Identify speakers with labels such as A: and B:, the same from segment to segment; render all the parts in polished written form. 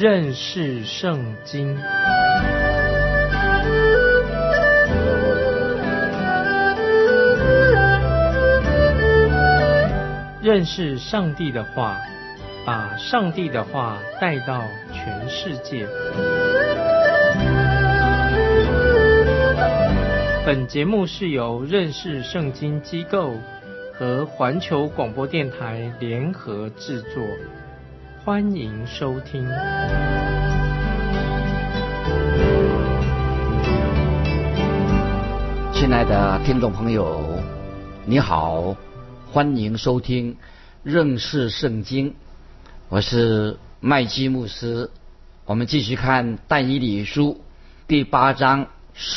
A: 认识圣经。认识上帝的话，把上帝的话带到全世界。本节目是由认识圣经机构和环球广播电台联合制作，欢迎收听。
B: 亲爱的听众朋友，你好，欢迎收听认识圣经，我是麦基牧师。我们继续看但以理书第8章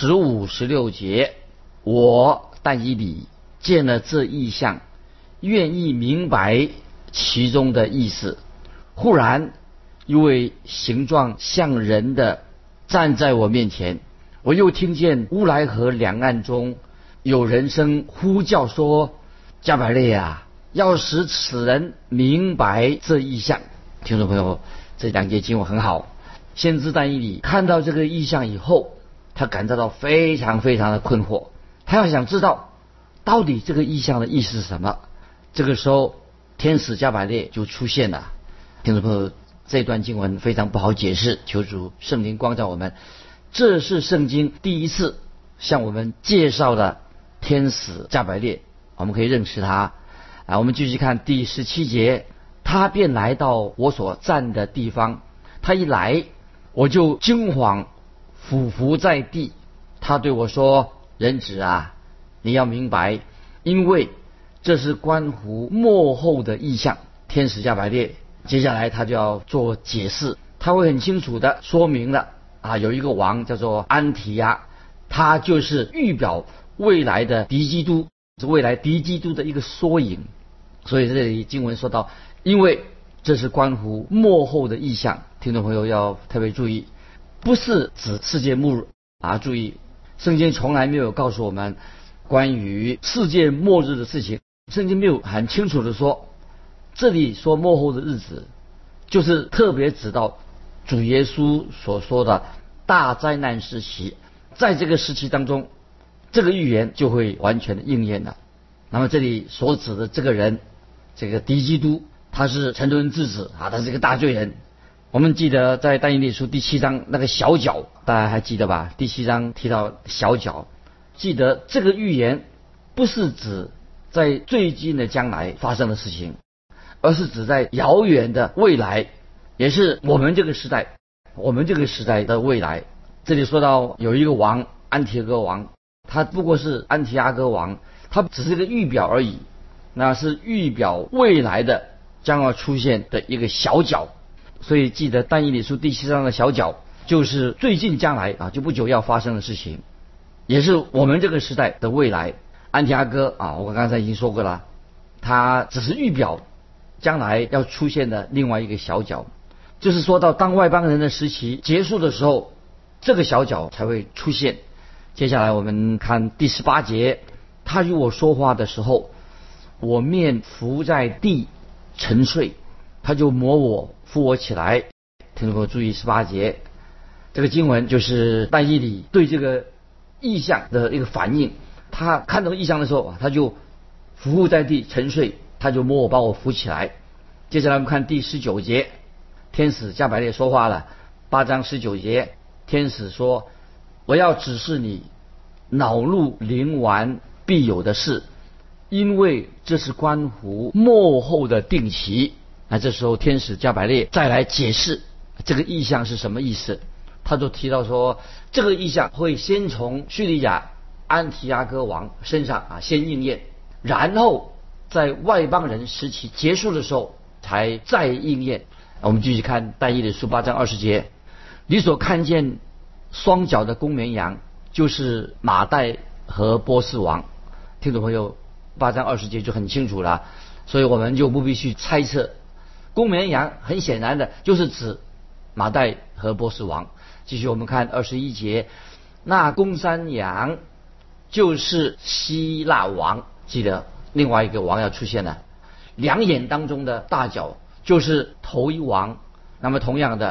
B: 15、16节。我但以理见了这异象，愿意明白其中的意思。忽然一位形状像人的站在我面前，我又听见乌来河两岸中有人声呼叫说：加百列啊，要使此人明白这异象。听众朋友，这两节经文很好。先知但以理看到这个异象以后，他感到非常非常的困惑，他要想知道到底这个异象的意思是什么。这个时候天使加百列就出现了。听众朋友，这段经文非常不好解释，求主圣灵光照我们。这是圣经第一次向我们介绍的天使加百列，我们可以认识他。我们继续看第17节。他便来到我所站的地方，他一来，我就惊惶，俯伏在地。他对我说：人子啊，你要明白，因为这是关乎末后的异象。天使加百列接下来他就要做解释，他会很清楚的说明了有一个王叫做安提亚，他就是预表未来的敌基督，是未来敌基督的一个缩影。所以这里经文说到，因为这是关乎末后的异象，听众朋友要特别注意，不是指世界末日注意，圣经从来没有告诉我们关于世界末日的事情，圣经没有很清楚的说。这里说末后的日子，就是特别指到主耶稣所说的大灾难时期，在这个时期当中，这个预言就会完全的应验了。那么这里所指的这个人，这个敌基督，他是沉沦之子他是一个大罪人。我们记得在但以理书第7章那个小角，大家还记得吧？第7章提到小角，记得这个预言不是指在最近的将来发生的事情，而是指在遥远的未来，也是我们这个时代的未来。这里说到有一个王，安提阿哥王，他不过是安提阿哥王，他只是一个预表而已，那是预表未来的将要出现的一个小角。所以记得但以理书第7章的小角，就是最近将来就不久要发生的事情，也是我们这个时代的未来。安提阿哥我刚才已经说过了，他只是预表将来要出现的另外一个小角，就是说到当外邦人的时期结束的时候，这个小角才会出现。接下来我们看第18节。他与我说话的时候，我面伏在地沉睡，他就摸我，扶我起来。听众朋友注意18节，这个经文就是但以理对这个异象的一个反应。他看到异象的时候，他就伏在地沉睡，他就摸我，把我扶起来。接下来我们看第19节，天使加百列说话了。8章19节，天使说：我要指示你恼怒临完必有的事，因为这是关乎末后的定期。那这时候天使加百列再来解释这个异象是什么意思。他就提到说，这个异象会先从叙利亚安提阿哥王身上先应验，然后在外邦人时期结束的时候才再应验。我们继续看但以理书8章20节，你所看见双脚的公绵羊，就是马代和波斯王。听众朋友，8章20节就很清楚了，所以我们就不必去猜测。公绵羊很显然的就是指马代和波斯王。继续我们看21节，那公山羊就是希腊王，记得另外一个王要出现了。两眼当中的大角就是头一王。那么同样的，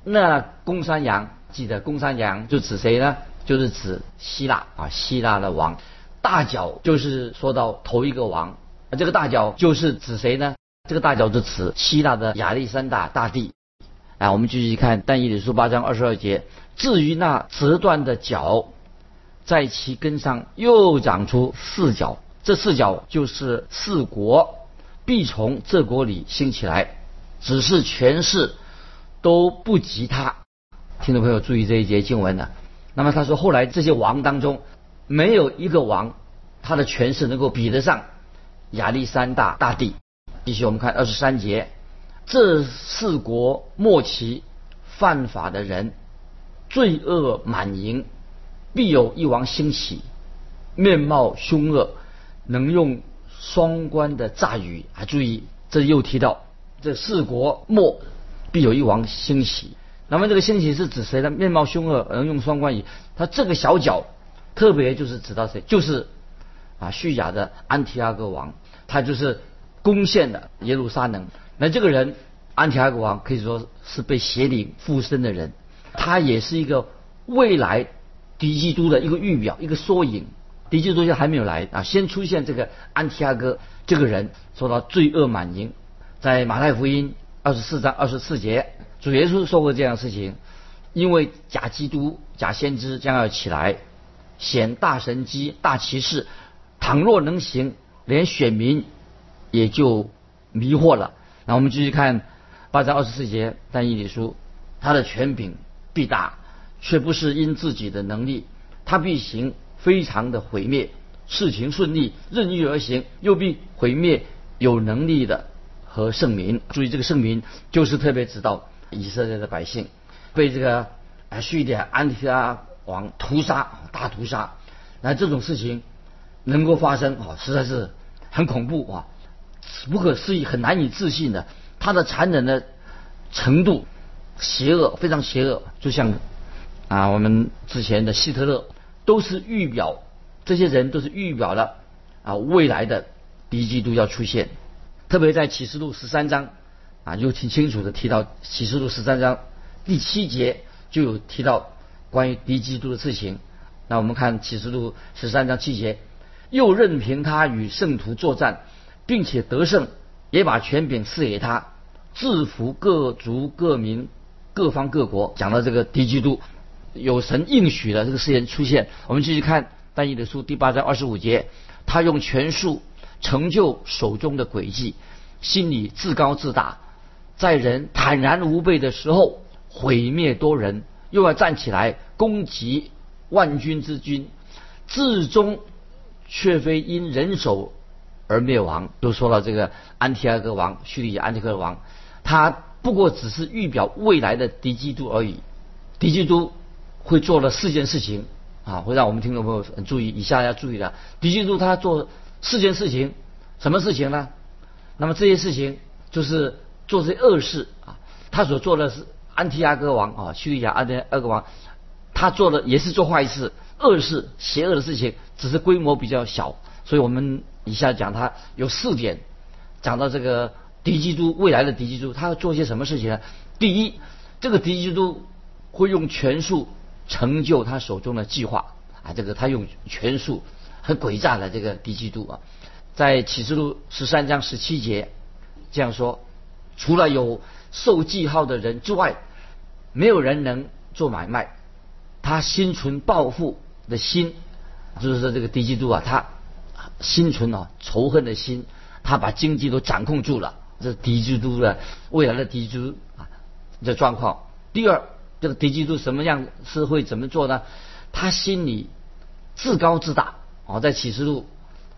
B: 那公山羊，记得公山羊就指谁呢？就是指希腊啊，希腊的王。大角就是说到头一个王，这个大角就是指谁呢？这个大角就指希腊的亚历山大大帝。我们继续看但以理书8章22节，至于那折断的角，在其根上又长出4角，这4角就是4国，必从这国里兴起来，只是权势都不及他。听众朋友注意这一节经文呢。那么他说，后来这些王当中，没有一个王他的权势能够比得上亚历山大大帝。继续我们看23节，这4国末期犯法的人，罪恶满盈，必有一王兴起，面貌凶恶，能用双关的诈语。注意，这又提到这4国末必有一王兴起。那么这个兴起是指谁呢？面貌凶恶，能用双关语。他这个小角特别就是指到谁？就是叙雅的安提阿哥王，他就是攻陷了耶路撒冷。那这个人安提阿哥王可以说是被邪灵附身的人，他也是一个未来敌基督的一个预表，一个缩影。敌基督还没有来先出现这个安提阿哥这个人，说到罪恶满盈。在马太福音24章24节，主耶稣说过这样的事情，因为假基督假先知将要起来，显大神迹大奇事，倘若能行，连选民也就迷惑了。那我们继续看8章24节但以理书，他的权柄必大，却不是因自己的能力，他必行非常的毁灭，事情顺利，任意而行，又必毁灭有能力的和圣民。注意这个圣民就是特别指到以色列的百姓，被这个叙利亚安提阿王屠杀，大屠杀。那这种事情能够发生实在是很恐怖不可思议，很难以置信的。他的残忍的程度，邪恶，非常邪恶，就像我们之前的希特勒，都是预表，这些人都是预表了未来的敌基督要出现。特别在启示录13章就挺清楚的提到，启示录13章第7节就有提到关于敌基督的事情。那我们看启示录13章7节，又任凭他与圣徒作战，并且得胜，也把权柄赐给他，制服各族各民各方各国。讲到这个敌基督有神应许的这个事情出现。我们继续看但以理书第8章25节，他用权术成就手中的诡计，心里自高自大，在人坦然无备的时候毁灭多人，又要站起来攻击万军之君，至终却非因人手而灭亡。就说到这个安提阿哥王，叙利亚安提阿哥王，他不过只是预表未来的敌基督而已。敌基督会做了4件事情会让我们听众朋友很注意，以下要注意的。敌基督他做4件事情，什么事情呢？那么这些事情就是做这些恶事他所做的是安提阿哥王叙利亚安提阿哥王，他做的也是做坏事、恶事、邪恶的事情，只是规模比较小。所以我们以下讲他有4点，讲到这个敌基督，未来的敌基督他要做些什么事情呢？第一，这个敌基督会用权术成就他手中的计划这个他用权术很诡诈的这个敌基督在启示录13章17节这样说，除了有受记号的人之外，没有人能做买卖。他心存报复的心，就是说这个敌基督他心存仇恨的心，他把经济都掌控住了。这是敌基督的未来的敌基督的状况。第二，这个敌基督什么样是会怎么做呢？他心里自高自大在启示录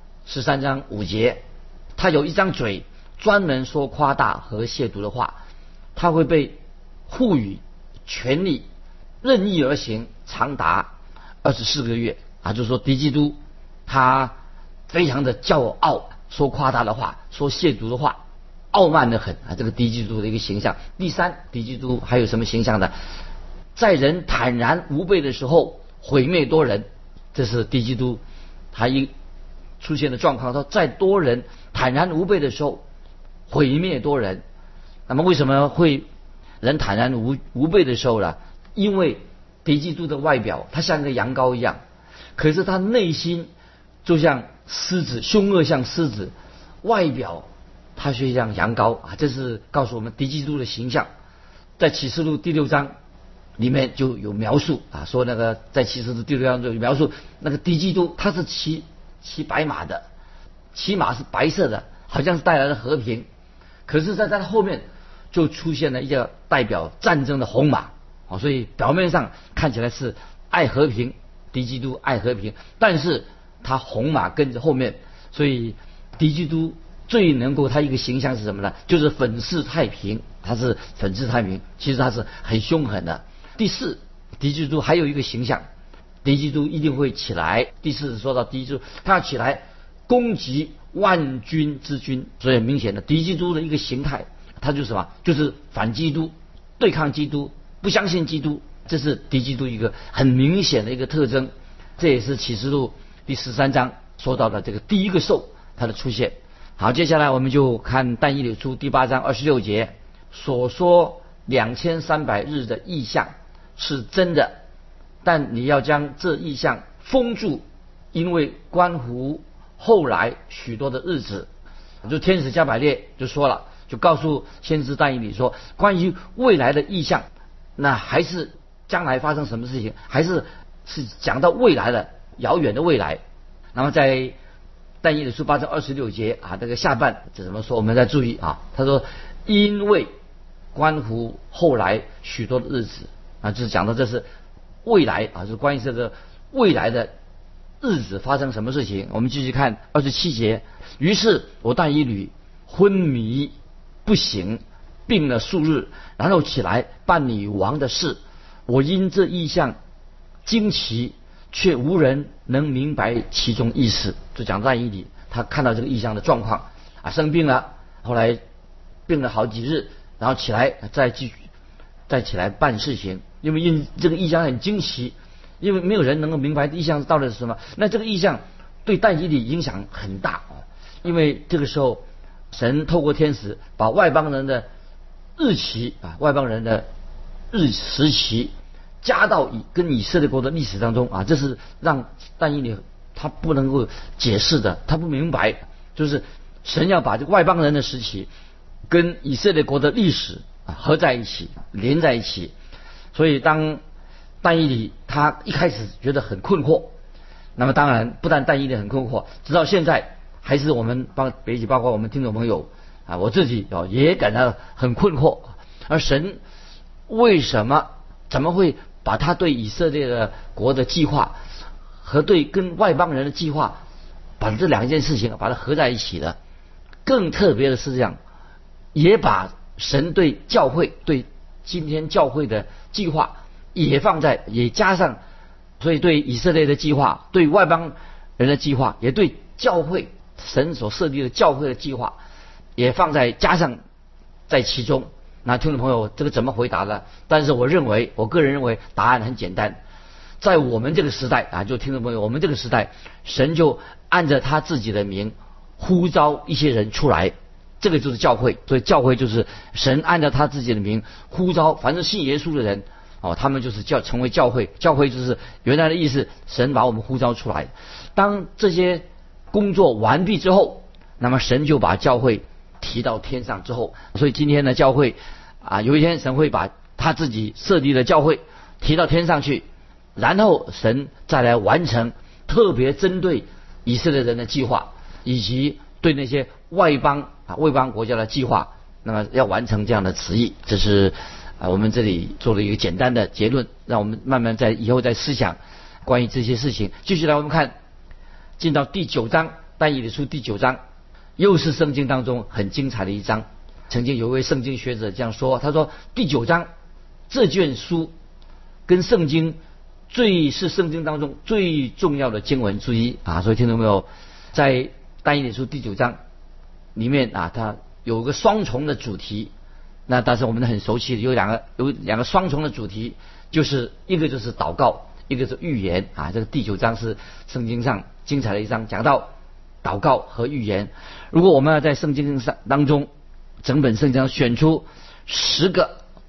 B: 13章5节，他有一张嘴专门说夸大和亵渎的话，他会被赋予权力，任意而行，长达24个月就是说敌基督他非常的骄傲，说夸大的话，说亵渎的话，傲慢得很这个敌基督的一个形象。第三，敌基督还有什么形象呢？在人坦然无备的时候毁灭多人，这是敌基督他一出现的状况，说在多人坦然无备的时候毁灭多人。那么为什么会人坦然无备的时候呢，因为敌基督的外表他像个羊羔一样，可是他内心就像狮子，凶恶像狮子，外表他却像羊羔啊！这是告诉我们敌基督的形象。在启示录第6章里面就有描述啊，说那个在启示录第6章就有描述那个敌基督他是骑白马的，骑马是白色的，好像是带来了和平。可是在他的后面就出现了一个代表战争的红马啊，所以表面上看起来是爱和平，敌基督爱和平，但是他红马跟着后面，所以敌基督最能够他一个形象是什么呢？就是粉饰太平，他是粉饰太平，其实他是很凶狠的。第4，敌基督还有一个形象，敌基督一定会起来。第4说到敌基督他要起来攻击万军之君，所以很明显的敌基督的一个形态，他就是什么？就是反基督，对抗基督，不相信基督，这是敌基督一个很明显的一个特征。这也是启示录第13章说到的这个第一个兽它的出现。好，接下来我们就看但以理书第8章26节所说2300日的异象是真的，但你要将这异象封住，因为关乎后来许多的日子。就天使加百列就说了，就告诉先知但以理说，关于未来的异象，那还是将来发生什么事情，还是讲到未来的遥远的未来。那么在但以理书8章26节啊，这个下半这怎么说？我们再注意啊，他说因为关乎后来许多的日子啊，就是讲到这是未来啊，就是关于这个未来的日子发生什么事情。我们继续看27节，于是我但以理昏迷不醒，病了数日，然后起来办理王的事。我因这异象惊奇，却无人能明白其中意思。就讲但以理他看到这个异象的状况啊，生病了，后来病了好几日，然后起来再起来办事情，因为这个异象很惊奇，因为没有人能够明白异象到底是什么。那这个异象对但以理影响很大啊，因为这个时候神透过天使把外邦人的日期啊，外邦人的时期加到跟以色列国的历史当中啊，这是让但以理他不能够解释的，他不明白，就是神要把这个外邦人的时期跟以色列国的历史合在一起，连在一起。所以当但以理他一开始觉得很困惑，那么当然不但但以理很困惑，直到现在还是我们包括我们听众朋友啊，我自己也感到很困惑。而神为什么怎么会把他对以色列的国的计划和对跟外邦人的计划把这两件事情把它合在一起的？更特别的是这样，也把神对教会，对今天教会的计划也加上，所以对以色列的计划，对外邦人的计划，也对教会神所设立的教会的计划也加上在其中。那听众朋友，这个怎么回答呢？但是我个人认为答案很简单，在我们这个时代啊，就听众朋友，我们这个时代，神就按着他自己的名呼召一些人出来，这个就是教会。所以教会就是神按照他自己的名呼召凡是信耶稣的人他们就是成为教会。教会就是原来的意思，神把我们呼召出来。当这些工作完毕之后，那么神就把教会提到天上之后，所以今天的教会啊，有一天神会把他自己设立的教会提到天上去，然后神再来完成特别针对以色列人的计划，以及对那些外邦国家的计划，那么要完成这样的旨意。这是我们这里做了一个简单的结论，让我们慢慢以后再思想关于这些事情。继续来我们看进到第9章，但以理书第9章又是圣经当中很精彩的一章。曾经有一位圣经学者这样说，他说第9章这卷书跟圣经是圣经当中最重要的经文之一啊。所以听到没有，在但以理书第9章里面啊，它有个双重的主题。那但是我们很熟悉的有两个双重的主题，就是一个就是祷告，一个是预言啊。这个第9章是圣经上精彩的一章，讲到祷告和预言。如果我们要在圣经上当中整本圣经上选出10个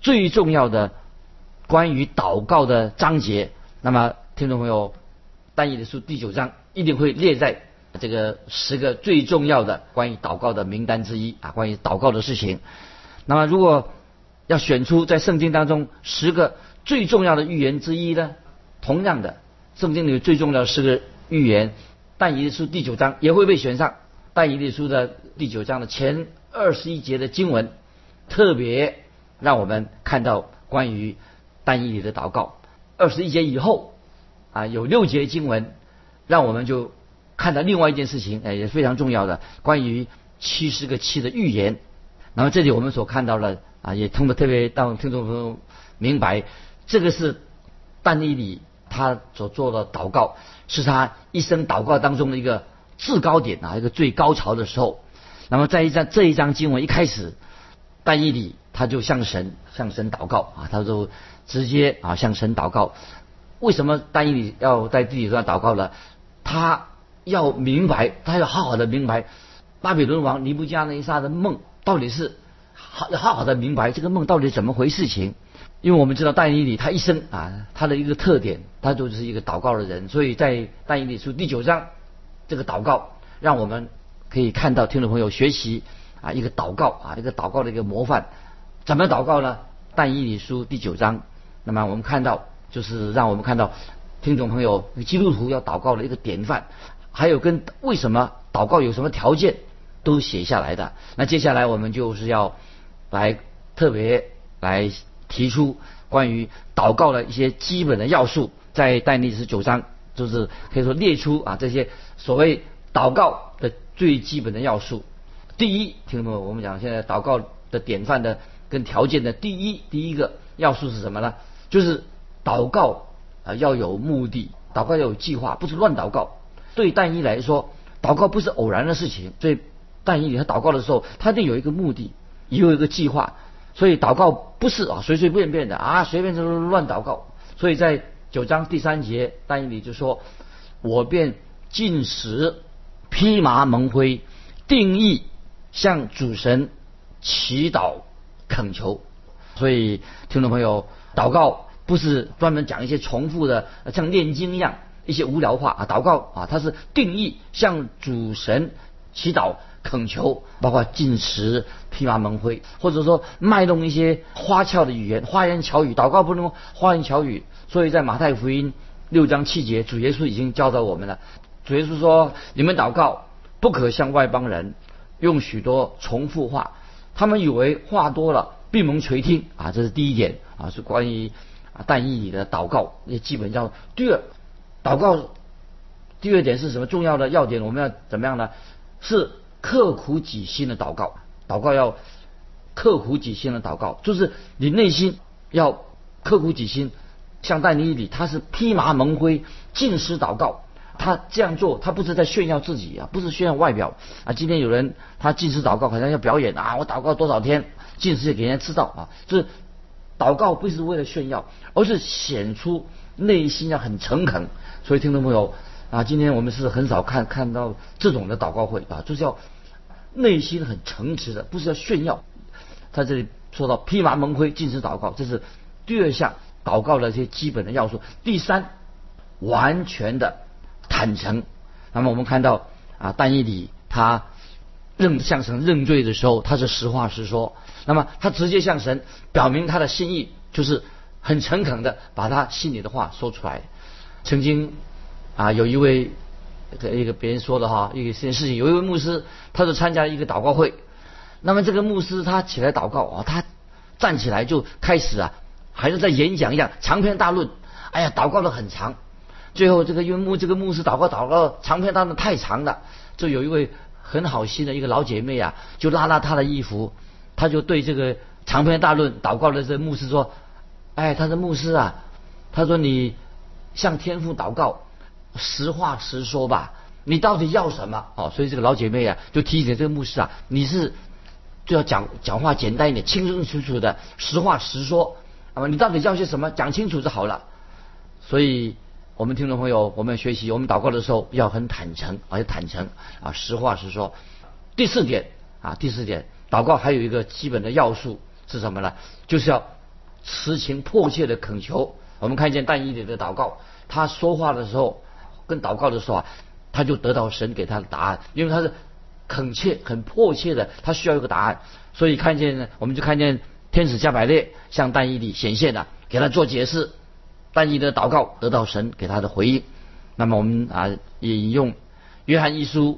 B: 最重要的关于祷告的章节。那么听众朋友，但以理书第9章一定会列在这个10个最重要的关于祷告的名单之一啊，关于祷告的事情。那么如果要选出在圣经当中10个最重要的预言之一呢，同样的，圣经里最重要的10个预言，但以理书第9章也会被选上。但以理书的第9章的前21节的经文，特别让我们看到关于但以理的祷告。21节以后啊，有6节经文，让我们就看到另外一件事情，也非常重要的，关于70个7的预言。那么这里我们所看到的啊，也通过特别让听众朋友明白，这个是但以理他所做的祷告，是他一生祷告当中的一个至高点啊，一个最高潮的时候。那么在这一章经文一开始，但以理他就向神祷告啊，他就直接啊向神祷告。为什么但以理要在第9章祷告呢？他要明白，他要好好的明白巴比伦王尼布加内撒的梦到底是好好的明白这个梦到底怎么回事情。因为我们知道但以理他一生啊，他的一个特点，他就是一个祷告的人，所以在但以理书第9章这个祷告，让我们可以看到听众朋友学习啊一个祷告啊，一个祷告的一个模范。怎么祷告呢？但以理书第9章，那么我们看到就是让我们看到听众朋友基督徒要祷告的一个典范，还有跟为什么祷告有什么条件都写下来的。那接下来我们就是要来特别来提出关于祷告的一些基本的要素，在但以理书9章就是可以说列出啊这些所谓祷告的最基本的要素。第一，听众朋友，我们讲现在祷告的典范的跟条件的第一个要素是什么呢？就是祷告要有目的，祷告要有计划，不是乱祷告。对但以理来说，祷告不是偶然的事情，所以但以理他祷告的时候，他得有一个目的，也有一个计划。所以祷告不是啊随随便便的啊，随便就乱祷告。所以在9章第3节，但以理就说：“我便禁食，披麻蒙灰，定义向主神祈祷恳求。”所以听众朋友，祷告不是专门讲一些重复的像念经一样一些无聊话啊，祷告啊，它是定义向主神祈祷恳求，包括禁食、披麻蒙灰，或者说卖弄一些花俏的语言、花言巧语。祷告不能花言巧语，所以在马太福音6章7节，主耶稣已经教导我们了。主耶稣说：“你们祷告不可像外邦人，用许多重复话，他们以为话多了必蒙垂听啊。”这是第一点啊，是关于但以理的祷告也基本上。第二，祷告第二点是什么重要的要点？我们要怎么样呢？是刻苦己心的祷告。祷告要刻苦己心的祷告，就是你内心要刻苦己心。像但以理，他是披麻蒙灰禁食祷告，他这样做，他不是在炫耀自己啊，不是炫耀外表啊。今天有人他禁食祷告，好像要表演啊，我祷告多少天，禁食给人家知道啊。就是祷告不是为了炫耀，而是显出内心要很诚恳。所以听众朋友啊，今天我们是很少看到这种的祷告会啊，就是要内心很诚实的，不是要炫耀。他这里说到披麻蒙灰禁食祷告，这是第二项祷告的一些基本的要素。第三，完全的坦诚。那么我们看到啊，但以理他向神认罪的时候，他是实话实说。那么他直接向神表明他的心意，就是很诚恳的把他心里的话说出来。曾经啊，有一位别人说的哈，一件事情，有一位牧师，他就参加一个祷告会。那么这个牧师他起来祷告啊，他站起来就开始啊，还是在演讲一样长篇大论。哎呀，祷告得很长。最后这个牧师祷告长篇大论太长了，就有一位很好心的一个老姐妹啊，就拉他的衣服，他就对这个长篇大论祷告的这个牧师说：“哎，他说牧师啊，他说你向天父祷告，实话实说吧，你到底要什么？”哦，所以这个老姐妹啊，就提醒这个牧师啊，你是就要讲话简单一点，清清楚楚的，实话实说。你到底要些什么？讲清楚就好了。所以我们听众朋友，我们学习，我们祷告的时候要很坦诚，而且坦诚啊，实话实说。第四点，祷告还有一个基本的要素是什么呢？就是要痴情迫切的恳求。我们看见但以理的祷告，他说话的时候跟祷告的时候他就得到神给他的答案，因为他是恳切很迫切的，他需要一个答案。所以我们就看见天使加百列向但以理显现了，给他做解释。但以理的祷告得到神给他的回应。那么我们也引用约翰一书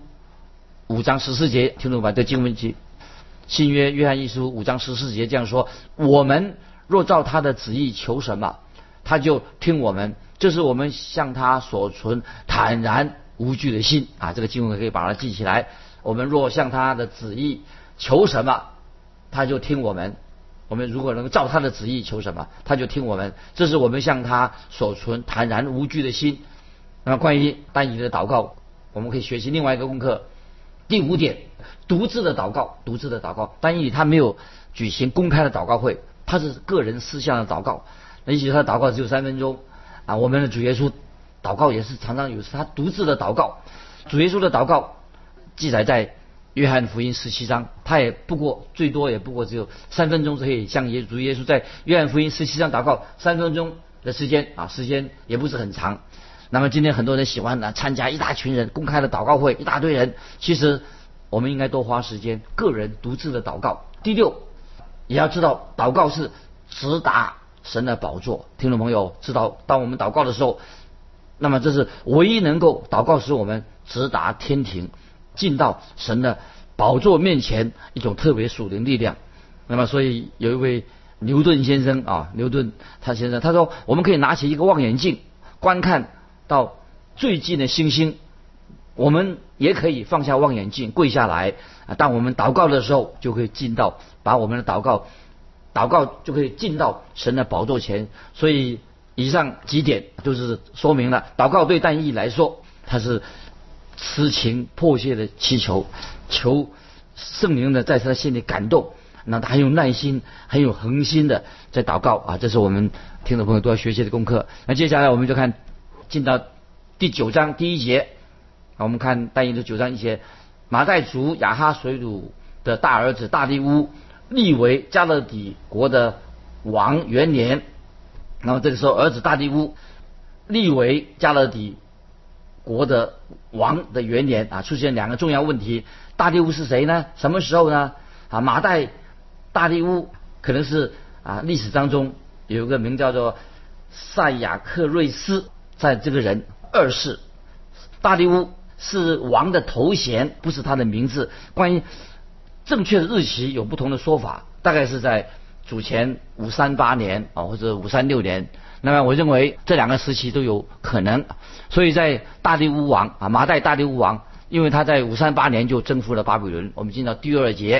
B: 5章14节，听懂吧？这经文记新约约翰一书5章14节这样说：我们若照他的旨意求什么，他就听我们，这是我们向他所存坦然无惧的心这个经文可以把它记起来。我们若向他的旨意求什么，他就听我们。我们如果能够照他的旨意求什么，他就听我们，这是我们向他所存坦然无惧的心。那么关于但以理的祷告，我们可以学习另外一个功课。第5点，独自的祷告。独自的祷告，但以理他没有举行公开的祷告会，他是个人私下的祷告。那也许他的祷告只有3分钟我们的主耶稣祷告也是常常有他独自的祷告。主耶稣的祷告记载在约翰福音17章，他最多也不过只有3分钟，可以像主耶稣在约翰福音17章祷告3分钟的时间时间也不是很长。那么今天很多人喜欢参加一大群人公开的祷告会，一大堆人，其实我们应该多花时间个人独自的祷告。第6，也要知道祷告是直达神的宝座。听众朋友知道，当我们祷告的时候，那么这是唯一能够祷告使我们直达天庭，进到神的宝座面前一种特别属灵力量。那么所以有一位牛顿先生他说，我们可以拿起一个望远镜观看到最近的星星，我们也可以放下望远镜跪下来当我们祷告的时候，就可以把我们的祷告就可以进到神的宝座前。所以以上几点就是说明了祷告对但以理来说，他是痴情迫切的祈求圣灵的在他心里感动，那他很有耐心很有恒心的在祷告这是我们听众朋友都要学习的功课。那接下来我们就进到第9章第1节我们看但以理9章1节，马代族亚哈水鲁的大儿子大利乌立为加勒底国的王元年。然后这个时候儿子大利乌立为加勒底国的王的元年出现2个重要问题。大利乌是谁呢？什么时候呢？马代大利乌可能是历史当中有一个名叫做塞亚克瑞斯在这个人2世。大利乌是王的头衔，不是他的名字。关于正确的日期有不同的说法，大概是在主前538年或者536年。那么我认为这2个时期都有可能。所以在大利乌王马代大利乌王，因为他在538年就征服了巴比伦。我们进到第2节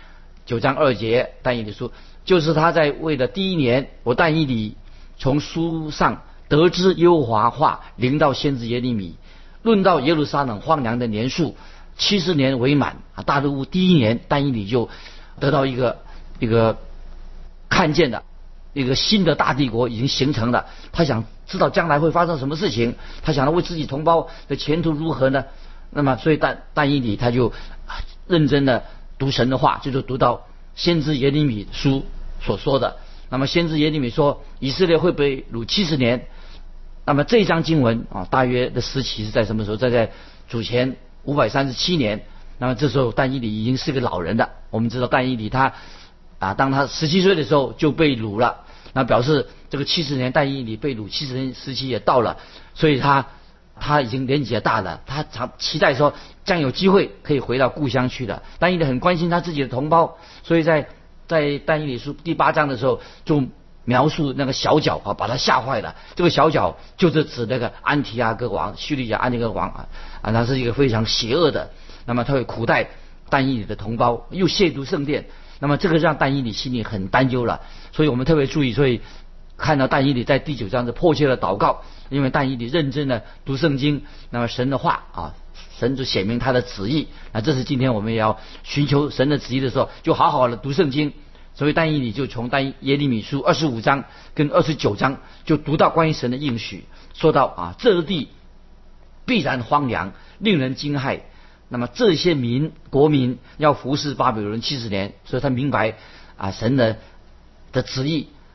B: 9章2节但以理书，就是他在位的第1年，我但以理从书上得知耶和华话临到先知耶利米，论到耶路撒冷荒凉的年数70年为满大利乌第1年，但以理就得到一个看见的一个新的大帝国已经形成了。他想知道将来会发生什么事情，他想要为自己同胞的前途如何呢？那么所以但以理他就认真的读神的话，就是读到先知耶利米书所说的。那么先知耶利米说以色列会被掳70年。那么这一章经文大约的时期是在什么时候？在主前537年。那么这时候但以理已经是个老人了。我们知道但以理他当他17岁的时候就被掳了，那表示这个70年但以理被掳70年时期也到了。所以他已经年纪也大了，他常期待说将有机会可以回到故乡去的。但以理很关心他自己的同胞，所以在但以理书第8章的时候就描述那个小角把他吓坏了。这个小角就是指那个安提阿哥王，叙利亚安提阿哥王他是一个非常邪恶的，那么他会苦待但以理的同胞，又亵渎圣殿。那么这个让但以理心里很担忧了。所以我们特别注意，所以看到但以理在第9章是迫切的祷告，因为但以理认真的读圣经，那么神的话神就显明他的旨意。那这是今天我们也要寻求神的旨意的时候，就好好的读圣经。所以但以理就从耶利米书25章跟29章就读到关于神的应许，说到这地必然荒凉，令人惊骇。那么这些国民要服侍巴比伦70年，所以他明白神的旨意。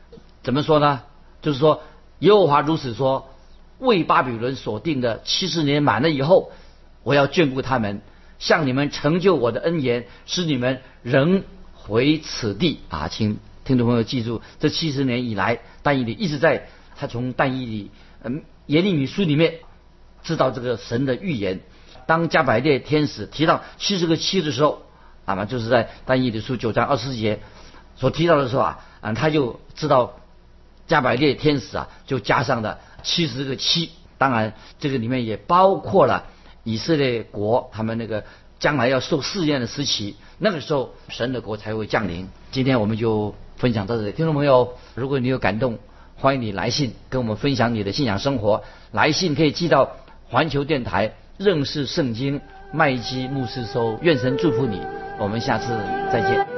B: 怎么说呢？就是说耶和华如此说，为巴比伦所定的70年满了以后，我要眷顾他们，向你们成就我的恩言，使你们仍回此地啊！请听众朋友记住，这70年以来，但以理一直在他从但以理耶利米书里面知道这个神的预言。当加百列天使提到70个7的时候，就是在但以理书9章24节所提到的时候他就知道加百列天使就加上了70个7。当然这个里面也包括了以色列国他们那个将来要受试验的时期，那个时候神的国才会降临。今天我们就分享到这里，听众朋友，如果你有感动，欢迎你来信跟我们分享你的信仰生活。来信可以寄到环球电台认识圣经麦基牧师收。愿神祝福你，我们下次再见。